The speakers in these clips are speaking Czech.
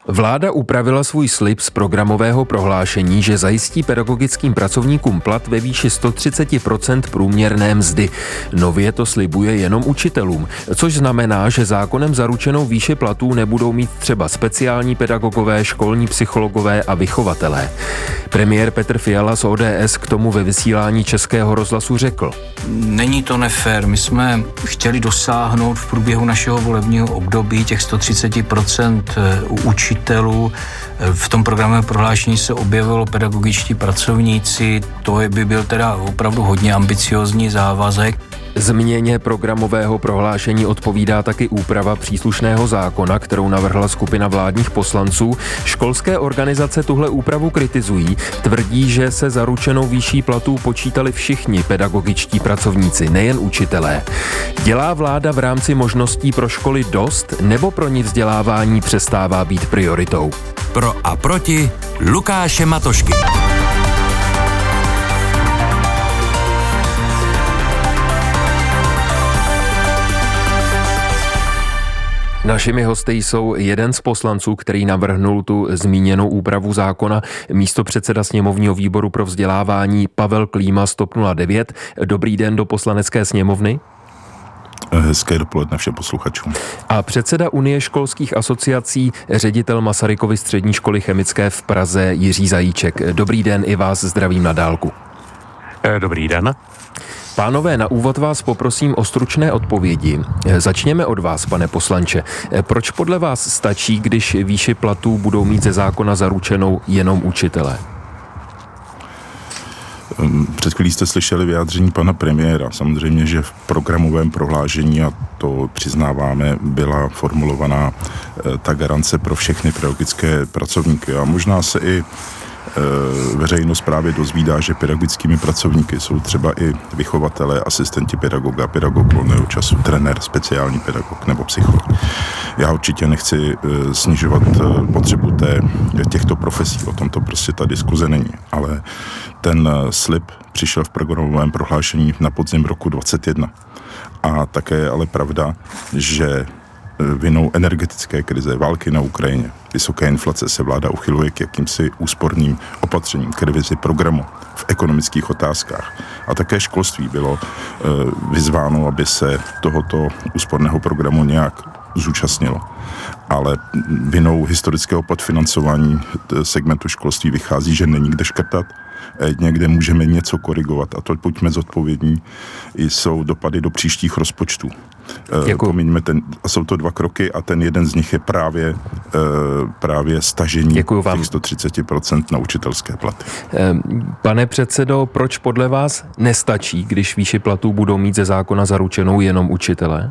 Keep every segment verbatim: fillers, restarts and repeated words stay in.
Vláda upravila svůj slib z programového prohlášení, že zajistí pedagogickým pracovníkům plat ve výši sto třicet procent průměrné mzdy. Nově to slibuje jenom učitelům, což znamená, že zákonem zaručenou výši platů nebudou mít třeba speciální pedagogové, školní psychologové a vychovatelé. Premiér Petr Fiala z O D S k tomu ve vysílání Českého rozhlasu řekl: Není to nefér. My jsme chtěli dosáhnout v průběhu našeho volebního období těch sto třicet procent u učitelů. V tom programovém prohlášení se objevilo pedagogičtí pracovníci, to by byl teda opravdu hodně ambiciózní závazek. Změně programového prohlášení odpovídá taky úprava příslušného zákona, kterou navrhla skupina vládních poslanců. Školské organizace tuhle úpravu kritizují, tvrdí, že se zaručenou výší platů počítali všichni pedagogičtí pracovníci, nejen učitelé. Dělá vláda v rámci možností pro školy dost, nebo pro ní vzdělávání přestává být prioritou? Pro a proti Lukáše Matošky. Našimi hosty jsou jeden z poslanců, který navrhnul tu zmíněnou úpravu zákona, místopředseda sněmovního výboru pro vzdělávání Pavel Klíma z TOP nula devět. Dobrý den do Poslanecké sněmovny. Hezké dopoledne všem posluchačům. A předseda Unie školských asociací, ředitel Masarykovy střední školy chemické v Praze Jiří Zajíček. Dobrý den, i vás zdravím na dálku. Dobrý den. Pánové, na úvod vás poprosím o stručné odpovědi. Začněme od vás, pane poslanče. Proč podle vás stačí, když výši platů budou mít ze zákona zaručenou jenom učitelé? Před chvílí jste slyšeli vyjádření pana premiéra. Samozřejmě, že v programovém prohlášení, a to přiznáváme, byla formulovaná ta garance pro všechny pedagogické pracovníky. A možná se i veřejnost právě dozvídá, že pedagogickými pracovníky jsou třeba i vychovatelé, asistenti pedagoga, pedagog volného času, trenér, speciální pedagog nebo psycholog. Já určitě nechci snižovat potřebu té, těchto profesí, o tom to prostě ta diskuze není, ale ten slib přišel v programovém prohlášení na podzim roku dvacet jedna. A také je ale pravda, že vinou energetické krize, války na Ukrajině, vysoké inflace se vláda uchyluje k jakýmsi úsporným opatřením, k revizi programu v ekonomických otázkách. A také školství bylo e, vyzváno, aby se tohoto úsporného programu nějak zúčastnilo. Ale vinou historického podfinancování segmentu školství vychází, že není kde škrtat, někde můžeme něco korigovat, a to buďme zodpovědní, jsou dopady do příštích rozpočtů. Pomiňme ten, a jsou to dva kroky a ten jeden z nich je právě, právě stažení těch sto třicet procent na učitelské platy. Pane předsedo, proč podle vás nestačí, když výši platů budou mít ze zákona zaručenou jenom učitelé?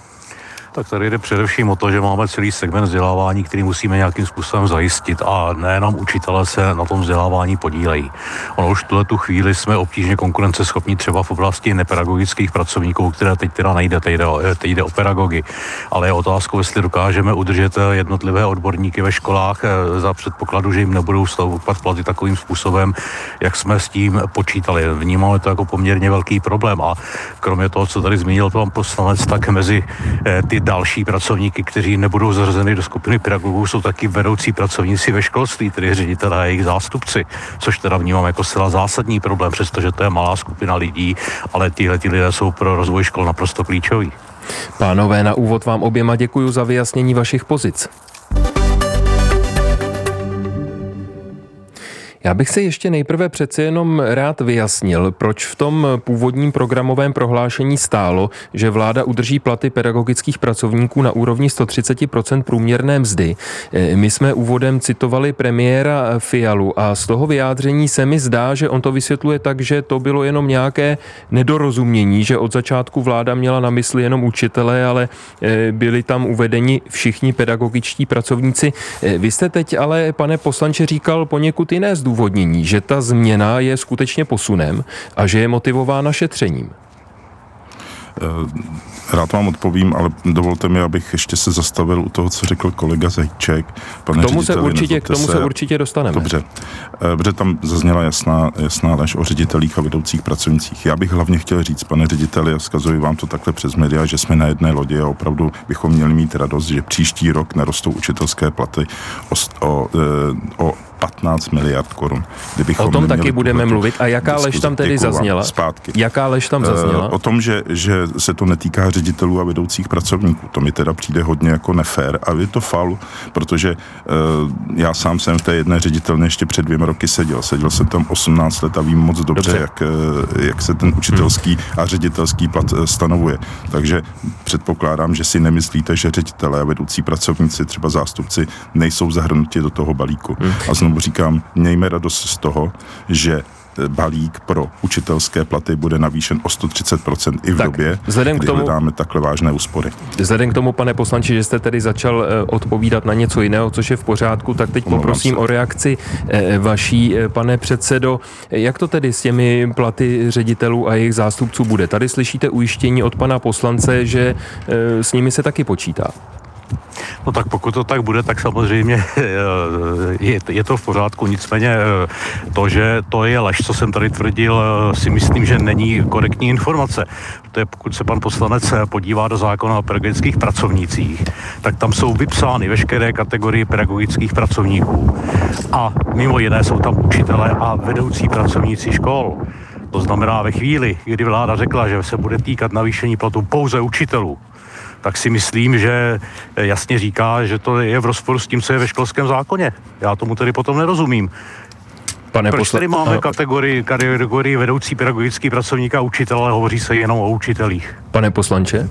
Tak tady jde především o to, že máme celý segment vzdělávání, který musíme nějakým způsobem zajistit, a nejenom učitelé se na tom vzdělávání podílejí. Ono už v tuhletu chvíli jsme obtížně konkurenceschopní třeba v oblasti nepedagogických pracovníků, které teď teda nejde, teď jde, o, teď jde o pedagogy, ale je otázkou, jestli dokážeme udržet jednotlivé odborníky ve školách za předpokladu, že jim nebudou stoupat platy takovým způsobem, jak jsme s tím počítali. Vnímáme to jako poměrně velký problém, a kromě toho, co tady zmínil pan poslanec, tak mezi ty další pracovníky, kteří nebudou zařazeny do skupiny pedagogů, jsou taky vedoucí pracovníci ve školství, tedy ředitelé a jejich zástupci, což teda vnímám jako zcela zásadní problém, přestože to je malá skupina lidí, ale tyhle ty lidé jsou pro rozvoj škol naprosto klíčoví. Pánové, na úvod vám oběma děkuji za vyjasnění vašich pozic. Já bych se ještě nejprve přece jenom rád vyjasnil, proč v tom původním programovém prohlášení stálo, že vláda udrží platy pedagogických pracovníků na úrovni sto třicet procent průměrné mzdy. My jsme úvodem citovali premiéra Fialu a z toho vyjádření se mi zdá, že on to vysvětluje tak, že to bylo jenom nějaké nedorozumění, že od začátku vláda měla na mysli jenom učitele, ale byli tam uvedeni všichni pedagogičtí pracovníci. Vy jste teď ale, pane poslanče, říkal poněkud jiné zdůvodnění, že ta změna je skutečně posunem a že je motivována šetřením. Rád vám odpovím, ale dovolte mi, abych ještě se zastavil u toho, co řekl kolega Zajíček. K tomu se určitě, k tomu se určitě dostaneme. Dobře, protože tam zazněla jasná, jasná lež o ředitelích a vedoucích pracovnicích. Já bych hlavně chtěl říct, pane řediteli, a vzkazuji vám to takhle přes média, že jsme na jedné lodi a opravdu bychom měli mít radost, že příští rok narostou učitelské platy o, o, o patnáct miliard korun. O tom taky budeme mluvit. A jaká lež tam tedy zazněla? Zpátky. Jaká lež tam zazněla? O tom, že, že se to netýká ředitelů a vedoucích pracovníků. To mi teda přijde hodně jako nefér a je to faul, protože uh, já sám jsem v té jedné ředitelně ještě před dvěma roky seděl. Seděl jsem tam osmnáct let a vím moc dobře, dobře. Jak, jak se ten učitelský hmm. a ředitelský plat stanovuje. Takže předpokládám, že si nemyslíte, že ředitelé a vedoucí pracovníci, třeba zástupci, nejsou zahrnuti do toho balíku. Hmm. A znovu říkám, mějme radost z toho, že balík pro učitelské platy bude navýšen o sto třicet procent i v tak, době, kdy tomu, hledáme takhle vážné úspory. Vzhledem k tomu, pane poslanče, že jste tedy začal uh, odpovídat na něco jiného, což je v pořádku, tak teď poprosím o reakci uh, vaší, uh, pane předsedo. Jak to tedy s těmi platy ředitelů a jejich zástupců bude? Tady slyšíte ujištění od pana poslance, že uh, s nimi se taky počítá. No tak pokud to tak bude, tak samozřejmě je, je to v pořádku. Nicméně to, že to je lež, co jsem tady tvrdil, si myslím, že není korektní informace. Protože pokud se pan poslanec podívá do zákona o pedagogických pracovnících, tak tam jsou vypsány veškeré kategorie pedagogických pracovníků. A mimo jiné jsou tam učitelé a vedoucí pracovníci škol. To znamená, ve chvíli, kdy vláda řekla, že se bude týkat navýšení platů pouze učitelů, tak si myslím, že jasně říká, že to je v rozporu s tím, co je ve školském zákoně. Já tomu tedy potom nerozumím. Pane Proč posle... tady máme kategorii, kategorii vedoucí pedagogický pracovník a učitel, ale hovoří se jenom o učitelích? Pane poslanče?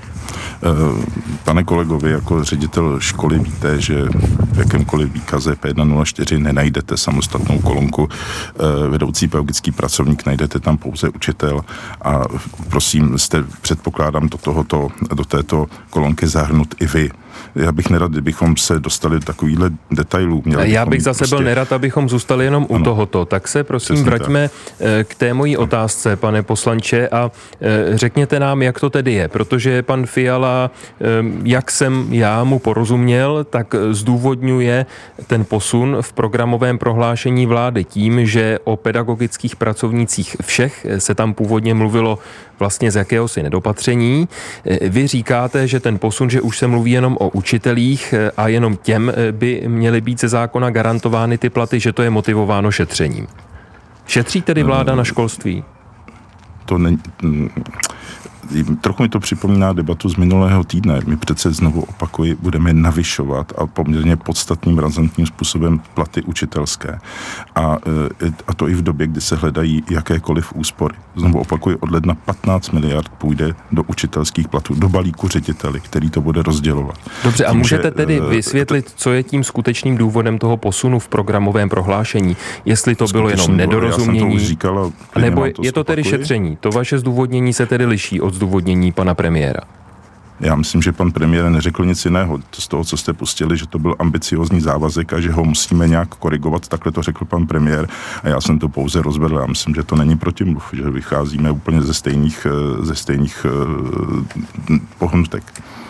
Pane kolego, vy jako ředitel školy víte, že v jakémkoliv výkaze P jedna nula čtyři nenajdete samostatnou kolonku vedoucí pedagogický pracovník, najdete tam pouze učitel a prosím, jste, předpokládám, do tohoto, do této kolonky zahrnut i vy. Já bych nerad, kdybychom se dostali do takovýhle detailů. Měli Já bych zase prostě... byl nerad, abychom zůstali jenom u ano. tohoto. Tak se prosím Přesně vraťme tak. k té mojí otázce, pane poslanče, a řekněte nám, jak to tedy je, protože pan Fiala, jak jsem já mu porozuměl, tak zdůvodňuje ten posun v programovém prohlášení vlády tím, že o pedagogických pracovnících všech se tam původně mluvilo vlastně z jakéhosi nedopatření. Vy říkáte, že ten posun, že už se mluví jenom o učitelích a jenom těm by měly být ze zákona garantovány ty platy, že to je motivováno šetřením. Šetří tedy vláda na školství? To není... Trochu mi to připomíná debatu z minulého týdne. My přece znovu opakuji, budeme navyšovat a poměrně podstatným razantním způsobem platy učitelské. A, a to i v době, kdy se hledají jakékoliv úspory. Znovu opakuji, od ledna patnáct miliard půjde do učitelských platů, do balíku řediteli, který to bude rozdělovat. Dobře, a můžete tedy vysvětlit, co je tím skutečným důvodem toho posunu v programovém prohlášení? Jestli to bylo jenom nedorozumění, říkala, nebo je to tedy šetření? To vaše zdůvodnění se tedy liší od zdůvodnění pana premiéra. Já myslím, že pan premiér neřekl nic jiného. Z toho, co jste pustili, že to byl ambiciózní závazek a že ho musíme nějak korigovat, takhle to řekl pan premiér a já jsem to pouze rozvedl. Já myslím, že to není protimluv, že vycházíme úplně ze stejných, ze stejných pohnutek.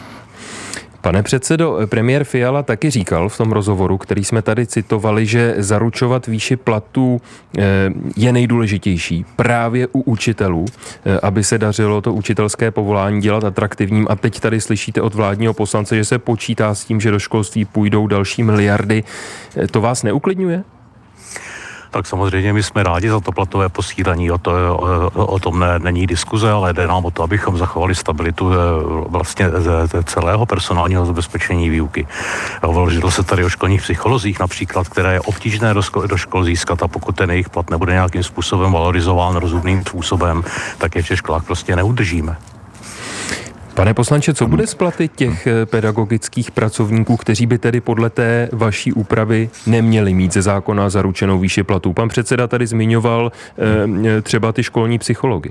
Pane předsedo, premiér Fiala taky říkal v tom rozhovoru, který jsme tady citovali, že zaručovat výši platů je nejdůležitější právě u učitelů, aby se dařilo to učitelské povolání dělat atraktivním. A teď tady slyšíte od vládního poslance, že se počítá s tím, že do školství půjdou další miliardy. To vás neuklidňuje? Tak samozřejmě my jsme rádi za to platové posílení, o, to, o, o tom ne, není diskuze, ale jde nám o to, abychom zachovali stabilitu vlastně celého personálního zabezpečení výuky. Hovořilo se tady o školních psycholozích například, které je obtížné do, ško, do škol získat a pokud ten jejich plat nebude nějakým způsobem valorizován rozumným způsobem, tak je v těch školách prostě neudržíme. Pane poslanče, co bude s platy těch pedagogických pracovníků, kteří by tedy podle té vaší úpravy neměli mít ze zákona zaručenou výši platů? Pan předseda tady zmiňoval e, třeba ty školní psychology.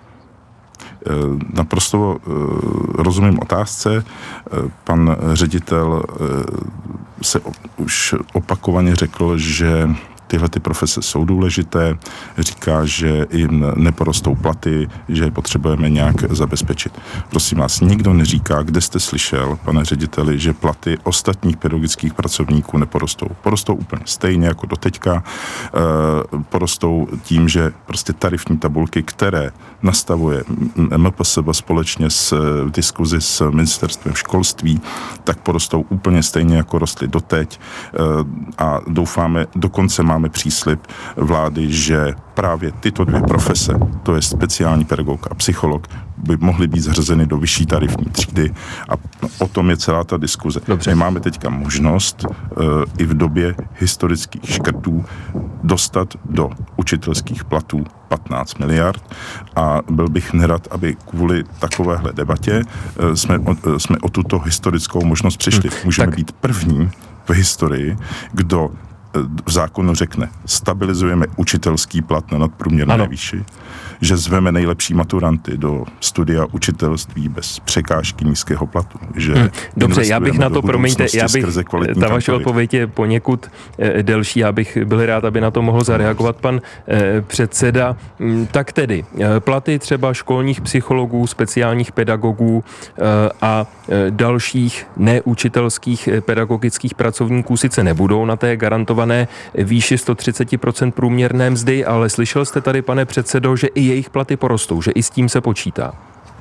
Naprosto rozumím otázce. Pan ředitel se už opakovaně řekl, že tyhle ty profese jsou důležité, říká, že jim neporostou platy, že je potřebujeme nějak zabezpečit. Prosím vás, nikdo neříká, kde jste slyšel, pane řediteli, že platy ostatních pedagogických pracovníků neporostou. Porostou úplně stejně jako doteďka, porostou tím, že prostě tarifní tabulky, které nastavuje M P S B společně s diskuzi s ministerstvem školství, tak porostou úplně stejně jako rostly doteď a doufáme, dokonce máme příslib vlády, že právě tyto dvě profese, to je speciální pedagog a psycholog, by mohly být zařazeny do vyšší tarifní třídy a o tom je celá ta diskuze. Dobře. My máme teďka možnost uh, i v době historických škrtů dostat do učitelských platů patnáct miliard a byl bych nerad, aby kvůli takovéhle debatě uh, jsme, uh, jsme o tuto historickou možnost přišli. Hmm. Můžeme tak být první v historii, kdo v zákonu řekne, stabilizujeme učitelský plat na nadprůměrné výši, že zveme nejlepší maturanty do studia učitelství bez překážky nízkého platu. Že hmm. Dobře, já bych na to, promiňte, já bych, ta vaše odpověď je poněkud e, delší, já bych byl rád, aby na to mohl zareagovat pan e, předseda. Tak tedy, e, platy třeba školních psychologů, speciálních pedagogů e, a e, dalších neučitelských e, pedagogických pracovníků sice nebudou na té garantované výši sto třicet procent průměrné mzdy, ale slyšel jste tady, pane předsedo, že i jejich platy porostou, že i s tím se počítá?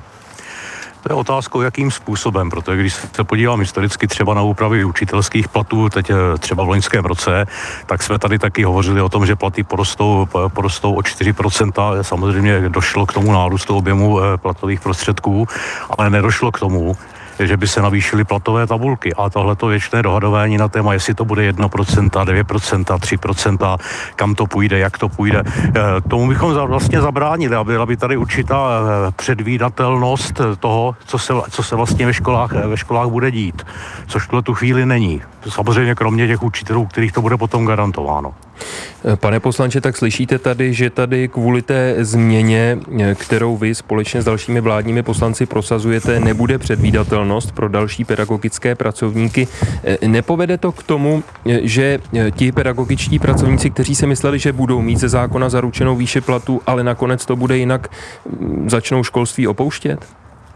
To je otázkou, jakým způsobem, protože když se podívám historicky třeba na úpravy učitelských platů, teď třeba v loňském roce, tak jsme tady taky hovořili o tom, že platy porostou, porostou o čtyři procenta. Samozřejmě došlo k tomu nárůstu objemu platových prostředků, ale nedošlo k tomu, že by se navýšily platové tabulky. A tohleto věčné dohadování na téma, jestli to bude jedna procenta, devět procent, tři procenta, kam to půjde, jak to půjde. Tomu bychom vlastně zabránili, aby byla by tady určitá předvídatelnost toho, co se, co se vlastně ve školách, ve školách bude dít. Což tuhle tu chvíli není. Samozřejmě kromě těch učitelů, kterých to bude potom garantováno. Pane poslanče, tak slyšíte tady, že tady kvůli té změně, kterou vy společně s dalšími vládními poslanci prosazujete, nebude předvídatelnost pro další pedagogické pracovníky. Nepovede to k tomu, že ti pedagogičtí pracovníci, kteří si mysleli, že budou mít ze zákona zaručenou výši platu, ale nakonec to bude jinak, začnou školství opouštět?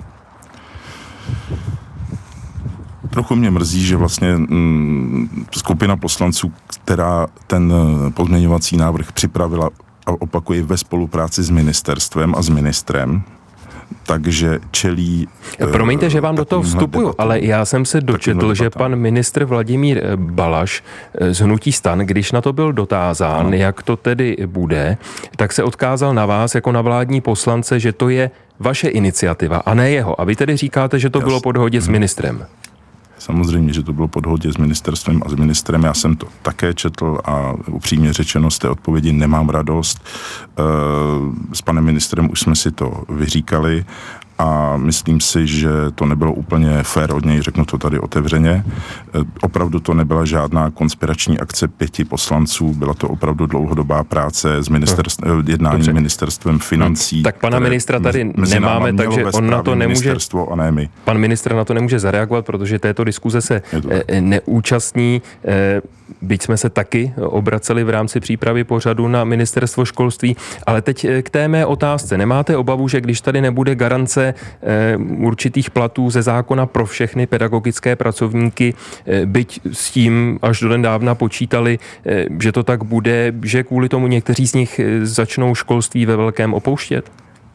Trochu mě mrzí, že vlastně mm, skupina poslanců, která ten pozměňovací návrh připravila, a opakuji, ve spolupráci s ministerstvem a s ministrem, takže čelí... Promiňte, že vám do toho vstupuju, debatu. Ale já jsem se dočetl, že pan ministr Vladimír Balaš z hnutí STAN, když na to byl dotázán, ano. jak to tedy bude, tak se odkázal na vás jako na vládní poslance, že to je vaše iniciativa a ne jeho. A vy tedy říkáte, že to Jasně. bylo po dohodě s ministrem. Samozřejmě, že to bylo po dohodě s ministerstvem a s ministrem. Já jsem to také četl a upřímně řečeno z té odpovědi nemám radost. S panem ministrem už jsme si to vyříkali a myslím si, že to nebylo úplně fér od něj, řeknu to tady otevřeně. Opravdu to nebyla žádná konspirační akce pěti poslanců, byla to opravdu dlouhodobá práce s ministerstvem, jednání Dobře. ministerstvem financí. Tak pana ministra tady nemáme, takže on na to nemůže, a ne my. Pan ministr na to nemůže zareagovat, protože této diskuze se neúčastní. Byť jsme se taky obraceli v rámci přípravy pořadu na ministerstvo školství, ale teď k té mé otázce. Nemáte obavu, že když tady nebude garance eh, určitých platů ze zákona pro všechny pedagogické pracovníky, eh, byť s tím až do nedávna počítali, eh, že to tak bude, že kvůli tomu někteří z nich začnou školství ve velkém opouštět?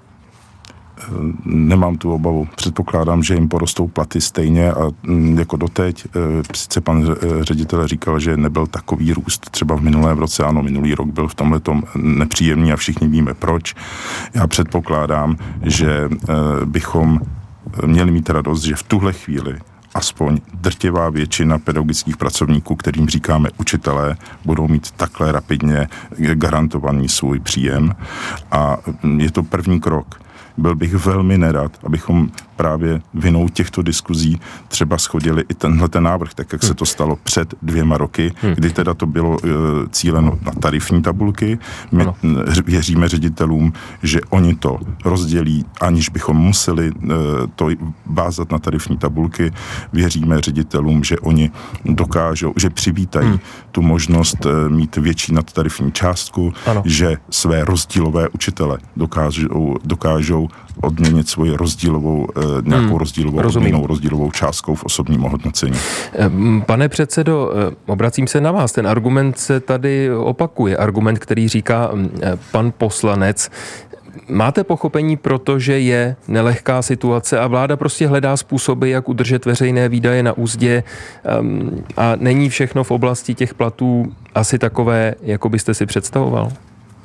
Nemám tu obavu. Předpokládám, že jim porostou platy stejně a jako doteď. Sice pan ředitel říkal, že nebyl takový růst třeba v minulém roce, ano, minulý rok byl v tomhletom nepříjemný a všichni víme proč. Já předpokládám, že bychom měli mít radost, že v tuhle chvíli aspoň drtivá většina pedagogických pracovníků, kterým říkáme učitelé, budou mít takhle rapidně garantovaný svůj příjem a je to první krok. Byl bych velmi nerad, abychom právě vinou těchto diskuzí třeba shodili i tenhle ten návrh, tak jak se to stalo před dvěma roky, kdy teda to bylo uh, cíleno na tarifní tabulky. My ano. věříme ředitelům, že oni to rozdělí, aniž bychom museli uh, to vázat na tarifní tabulky. Věříme ředitelům, že oni dokážou, že přivítají hmm. tu možnost uh, mít větší nadtarifní částku, ano. že své rozdílové učitele dokážou, dokážou odměnit svoji rozdílovou, uh, nějakou hmm. rozdílovou odměnou, rozdílovou částkou v osobním ohodnocení. Pane předsedo, obracím se na vás. Ten argument se tady opakuje. Argument, který říká pan poslanec. Máte pochopení, protože je nelehká situace a vláda prostě hledá způsoby, jak udržet veřejné výdaje na úzdě a není všechno v oblasti těch platů asi takové, jako byste si představoval?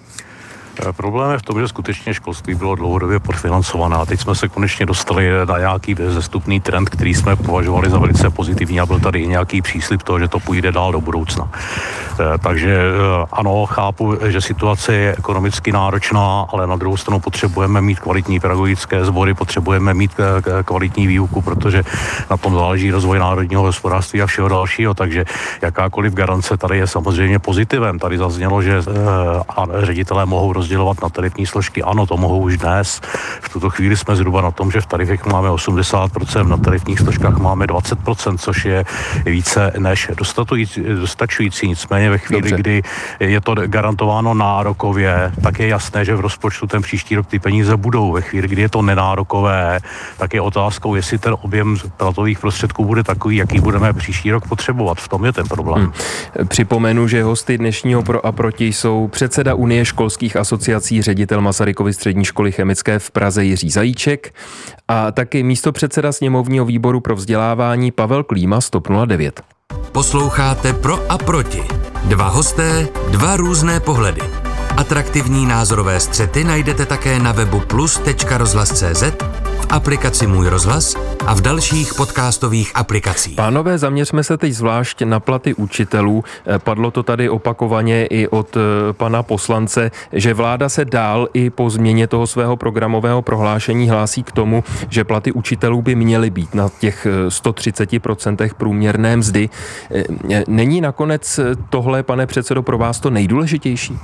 Problém je v tom, že skutečně školství bylo dlouhodobě podfinancované a teď jsme se konečně dostali na nějaký zestupný trend, který jsme považovali za velice pozitivní a byl tady i nějaký příslib toho, že to půjde dál do budoucna. Takže ano, chápu, že situace je ekonomicky náročná, ale na druhou stranu potřebujeme mít kvalitní pedagogické sbory, potřebujeme mít kvalitní výuku, protože na tom záleží rozvoj národního hospodářství a všeho dalšího, takže jakákoliv garance tady je samozřejmě pozitivem. Tady zaznělo, že ředitelé mohou rozdělovat na tarifní složky. Ano, to mohou už dnes. V tuto chvíli jsme zhruba na tom, že v tarifech máme osmdesát procent, na tarifních složkách máme dvacet procent, což je více než dostačující. Nicméně ve chvíli, Dobře. kdy je to garantováno nárokově, tak je jasné, že v rozpočtu ten příští rok ty peníze budou. Ve chvíli, kdy je to nenárokové, tak je otázkou, jestli ten objem platových prostředků bude takový, jaký budeme příští rok potřebovat. V tom je ten problém. Hmm. Připomenu, že hosty dnešního Pro a proti jsou předseda Unie školských asociací, ředitel Masarykovy střední školy chemické v Praze Jiří Zajíček a taky místopředseda sněmovního výboru pro vzdělávání Pavel Klíma z TOP nula devět. Posloucháte Pro a proti. Dva hosté, dva různé pohledy. Atraktivní názorové střety najdete také na webu plus tečka rozhlas tečka cé zet, v aplikaci Můj rozhlas a v dalších podcastových aplikacích. Pánové, zaměřme se teď zvlášť na platy učitelů. Padlo to tady opakovaně i od pana poslance, že vláda se dál i po změně toho svého programového prohlášení hlásí k tomu, že platy učitelů by měly být na těch sto třicet procent průměrné mzdy. Není nakonec tohle, pane předsedo, pro vás to nejdůležitější?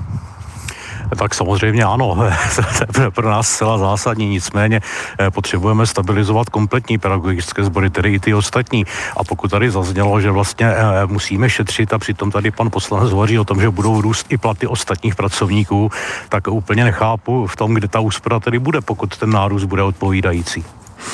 Tak samozřejmě ano, to je pro nás zcela zásadní, nicméně potřebujeme stabilizovat kompletní pedagogické sbory, tedy i ty ostatní. A pokud tady zaznělo, že vlastně musíme šetřit a přitom tady pan poslanec hovoří o tom, že budou růst i platy ostatních pracovníků, tak úplně nechápu v tom, kde ta úspora tedy bude, pokud ten nárůst bude odpovídající.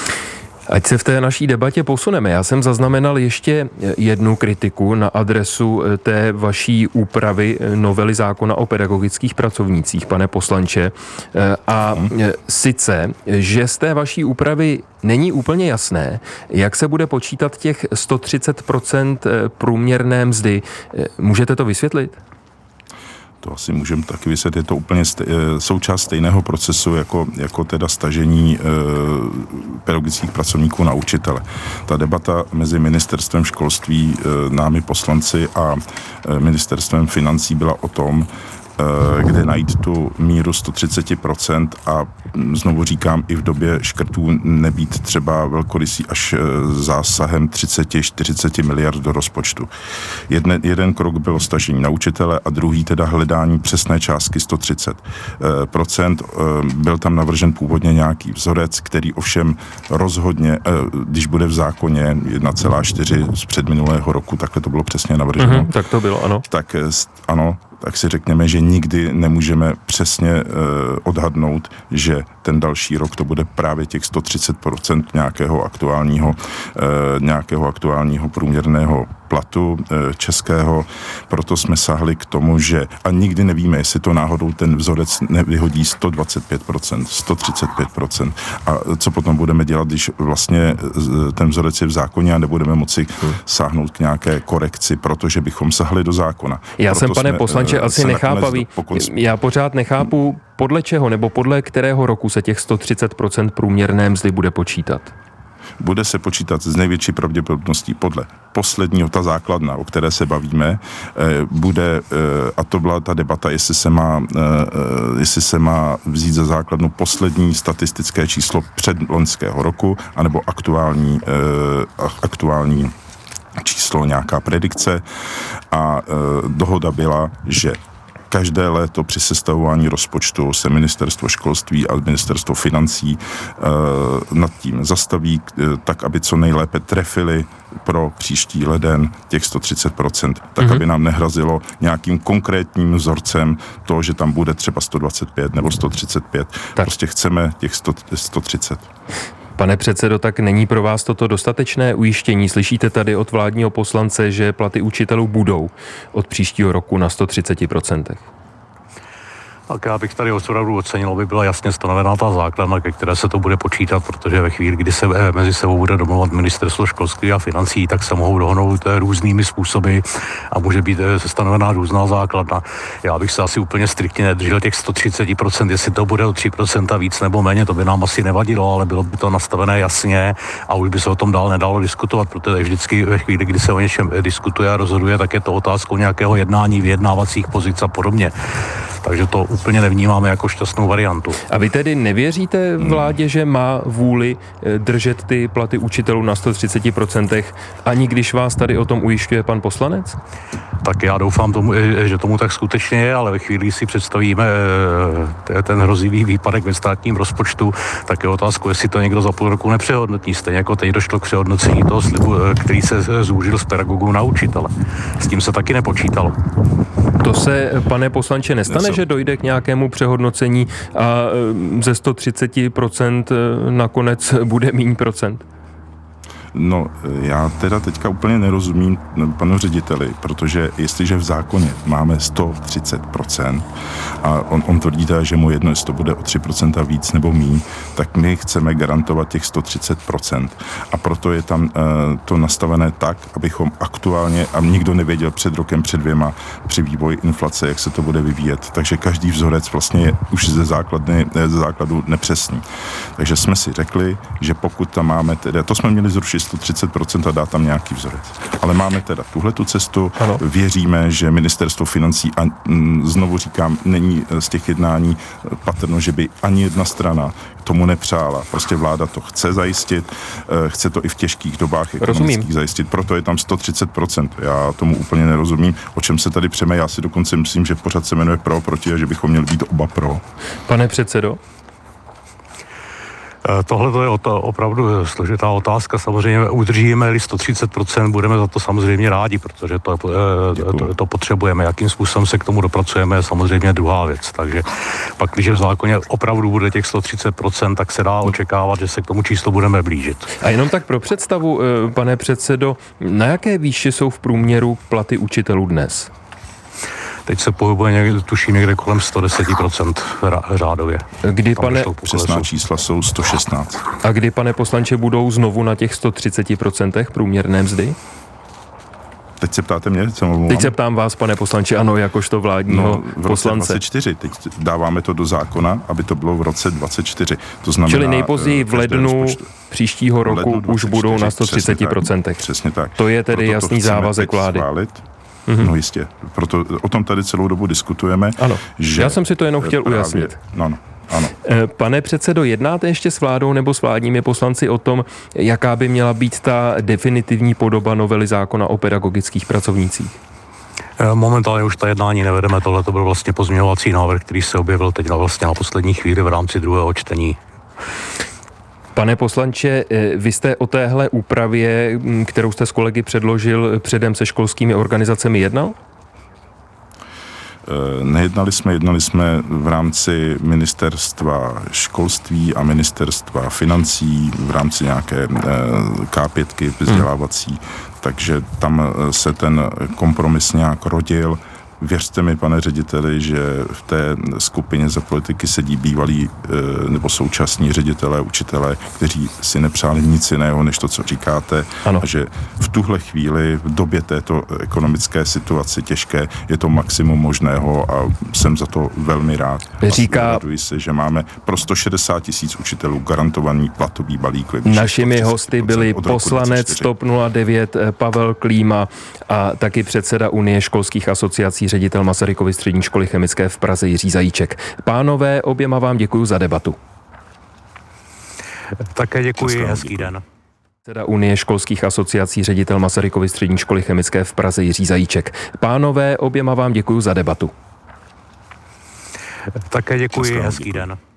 Ať se v té naší debatě posuneme. Já jsem zaznamenal ještě jednu kritiku na adresu té vaší úpravy novely zákona o pedagogických pracovnících, pane poslanče. A sice, že z té vaší úpravy není úplně jasné, jak se bude počítat těch sto třicet procent průměrné mzdy. Můžete to vysvětlit? To asi můžeme taky vysvětlit, je to úplně stej, součást stejného procesu, jako, jako teda stažení e, pedagogických pracovníků na učitele. Ta debata mezi ministerstvem školství, e, námi poslanci a e, ministerstvem financí byla o tom, kde najít tu míru sto třicet procent a znovu říkám, i v době škrtů nebýt třeba velkorysý až zásahem třicet čtyřicet miliard do rozpočtu. Jedne, jeden krok bylo stažení na učitele a druhý teda hledání přesné částky sto třicet procent. Byl tam navržen původně nějaký vzorec, který ovšem rozhodně, když bude v zákoně jedna celá čtyři z předminulého roku, takhle to bylo přesně navrženo. Mm-hmm, tak to bylo, ano. Tak ano, tak si řekněme, že nikdy nemůžeme přesně eh, odhadnout, že ten další rok to bude právě těch sto třicet procent nějakého aktuálního, eh, nějakého aktuálního průměrného platu eh, českého. Proto jsme sáhli k tomu, že a nikdy nevíme, jestli to náhodou ten vzorec nevyhodí sto dvacet pět procent, sto třicet pět procent. A co potom budeme dělat, když vlastně ten vzorec je v zákoně a nebudeme moci hmm. sáhnout k nějaké korekci, protože bychom sahli do zákona. Já Proto jsem, pane poslanče, asi nechápavý. Pokud... Já pořád nechápu, podle čeho nebo podle kterého roku se těch sto třicet procent průměrné mzdy bude počítat. bude se počítat s největší pravděpodobností podle posledního, ta základna, o které se bavíme, bude, a to byla ta debata, jestli se má, jestli se má vzít za základnu poslední statistické číslo předloňského roku, anebo aktuální, aktuální číslo, nějaká predikce, a dohoda byla, že každé léto při sestavování rozpočtu se ministerstvo školství a ministerstvo financí e, nad tím zastaví, e, tak, aby co nejlépe trefili pro příští leden těch sto třicet procent, tak, mm-hmm. aby nám nehrazilo nějakým konkrétním vzorcem to, že tam bude třeba sto dvacet pět nebo sto třicet pět. Tak. Prostě chceme těch sto třicet. Pane předsedo, tak není pro vás toto dostatečné ujištění? Slyšíte tady od vládního poslance, že platy učitelů budou od příštího roku na sto třicet procent? Tak já bych tady opravdu ocenil, aby byla jasně stanovená ta základna, ke které se to bude počítat, protože ve chvíli, kdy se mezi sebou bude domluvat ministerstvo školství a financí, tak se mohou dohnout různými způsoby a může být stanovená různá základna. Já bych se asi úplně striktně nedržel těch sto třicet procent, jestli to bude o tři procenta víc nebo méně, to by nám asi nevadilo, ale bylo by to nastavené jasně a už by se o tom dál nedalo diskutovat, protože vždycky ve chvíli, kdy se o něčem diskutuje a rozhoduje, tak je to otázkou nějakého jednání, vyjednávacích pozic a podobně. Takže to úplně nevnímáme jako šťastnou variantu. A vy tedy nevěříte vládě, že má vůli držet ty platy učitelů na sto třicet procent, ani když vás tady o tom ujišťuje pan poslanec? Tak já doufám, tomu, že tomu tak skutečně je, ale ve chvíli si představíme ten hrozivý výpadek ve státním rozpočtu, tak je otázku, jestli to někdo za půl roku nepřehodnotí. Stejně jako teď došlo k přehodnocení toho slibu, který se zúžil z pedagogů na učitele. S tím se taky nepočítalo. To se, pane poslanče, nestane, že dojde k nějakému přehodnocení a ze sto třicet procent nakonec bude míň procent? No, já teda teďka úplně nerozumím panu řediteli, protože jestliže v zákoně máme sto třicet procent a on, on tvrdí teda, že mu jedno, jestli to bude o tři procenta víc nebo míň, tak my chceme garantovat těch sto třicet procent. A proto je tam uh, to nastavené tak, abychom aktuálně, a nikdo nevěděl před rokem, před dvěma, při vývoji inflace, jak se to bude vyvíjet. Takže každý vzorec vlastně je už ze, základny, ze základu nepřesný. Takže jsme si řekli, že pokud tam máme, teda, to jsme měli zrušit sto třicet procent a dát tam nějaký vzorec. Ale máme teda tuhletu cestu, ano. Věříme, že ministerstvo financí, a m, znovu říkám, není z těch jednání patrno, že by ani jedna strana tomu nepřála. Prostě vláda to chce zajistit, chce to i v těžkých dobách ekonomických rozumím. Zajistit, proto je tam sto třicet procent. Já tomu úplně nerozumím, o čem se tady přeme. Já si dokonce myslím, že pořád se jmenuje pro, proti a že bychom měli být oba pro. Pane předsedo? Tohle to je opravdu složitá otázka. Samozřejmě udržíme-li sto třicet procent, budeme za to samozřejmě rádi, protože to, to, to potřebujeme. Jakým způsobem se k tomu dopracujeme, je samozřejmě druhá věc. Takže pak, když v zákoně opravdu bude těch sto třicet procent, tak se dá očekávat, že se k tomu číslu budeme blížit. A jenom tak pro představu, pane předsedo, na jaké výši jsou v průměru platy učitelů dnes? Teď se pohybuje někde, tuším někde kolem sto deset procent řádově. Kdy, pane, přesná čísla jsou sto šestnáct. A kdy, pane poslanče, budou znovu na těch sto třicet procent průměrné mzdy? Teď se ptáte mě? Co Teď se ptám vás, pane poslanče, ano, jakožto vládního no, v roce poslance. dvacet čtyři, teď dáváme to do zákona, aby to bylo v roce dvacet čtyři. To znamená, čili nejpozději v lednu příštího roku lednu už budou na sto třicet procent. Přesně tak. Přesně tak. To je tedy Proto jasný závazek vlády. Schválit. Mm-hmm. No jistě, proto o tom tady celou dobu diskutujeme. Ano, že já jsem si to jenom chtěl právě ujasnit. No, no, ano. Pane předsedo, jednáte ještě s vládou nebo s vládními poslanci o tom, jaká by měla být ta definitivní podoba novely zákona o pedagogických pracovnících? Momentálně už ta jednání nevedeme, tohle to byl vlastně pozměňovací návrh, který se objevil teď na, vlastně na poslední chvíli v rámci druhého čtení. Pane poslanče, vy jste o téhle úpravě, kterou jste s kolegy předložil, předem se školskými organizacemi jednal? Nejednali jsme, jednali jsme v rámci ministerstva školství a ministerstva financí, v rámci nějaké ká pět vzdělávací, hmm. takže tam se ten kompromis nějak rodil. věřte mi, pane řediteli, že v té skupině za politiky sedí bývalí nebo současní ředitelé, učitelé, kteří si nepřáli nic jiného, než to, co říkáte. Ano. A že v tuhle chvíli, v době této ekonomické situace těžké, je to maximum možného a jsem za to velmi rád. Říká... Raduji se, že máme pro sto šedesát tisíc učitelů garantovaný platový balík. Našimi hosty byli poslanec TOP nula devět Pavel Klíma a taky předseda Unie školských asociací, ředitel Masarykovy střední školy chemické v Praze Jiří Zajíček. Pánové, oběma vám děkuji za debatu. Také děkuji, hezký den. Předseda Unie školských asociací, ředitel Masarykovy střední školy chemické v Praze Jiří Zajíček. Pánové, oběma vám děkuji za debatu. Také děkuji, hezký den.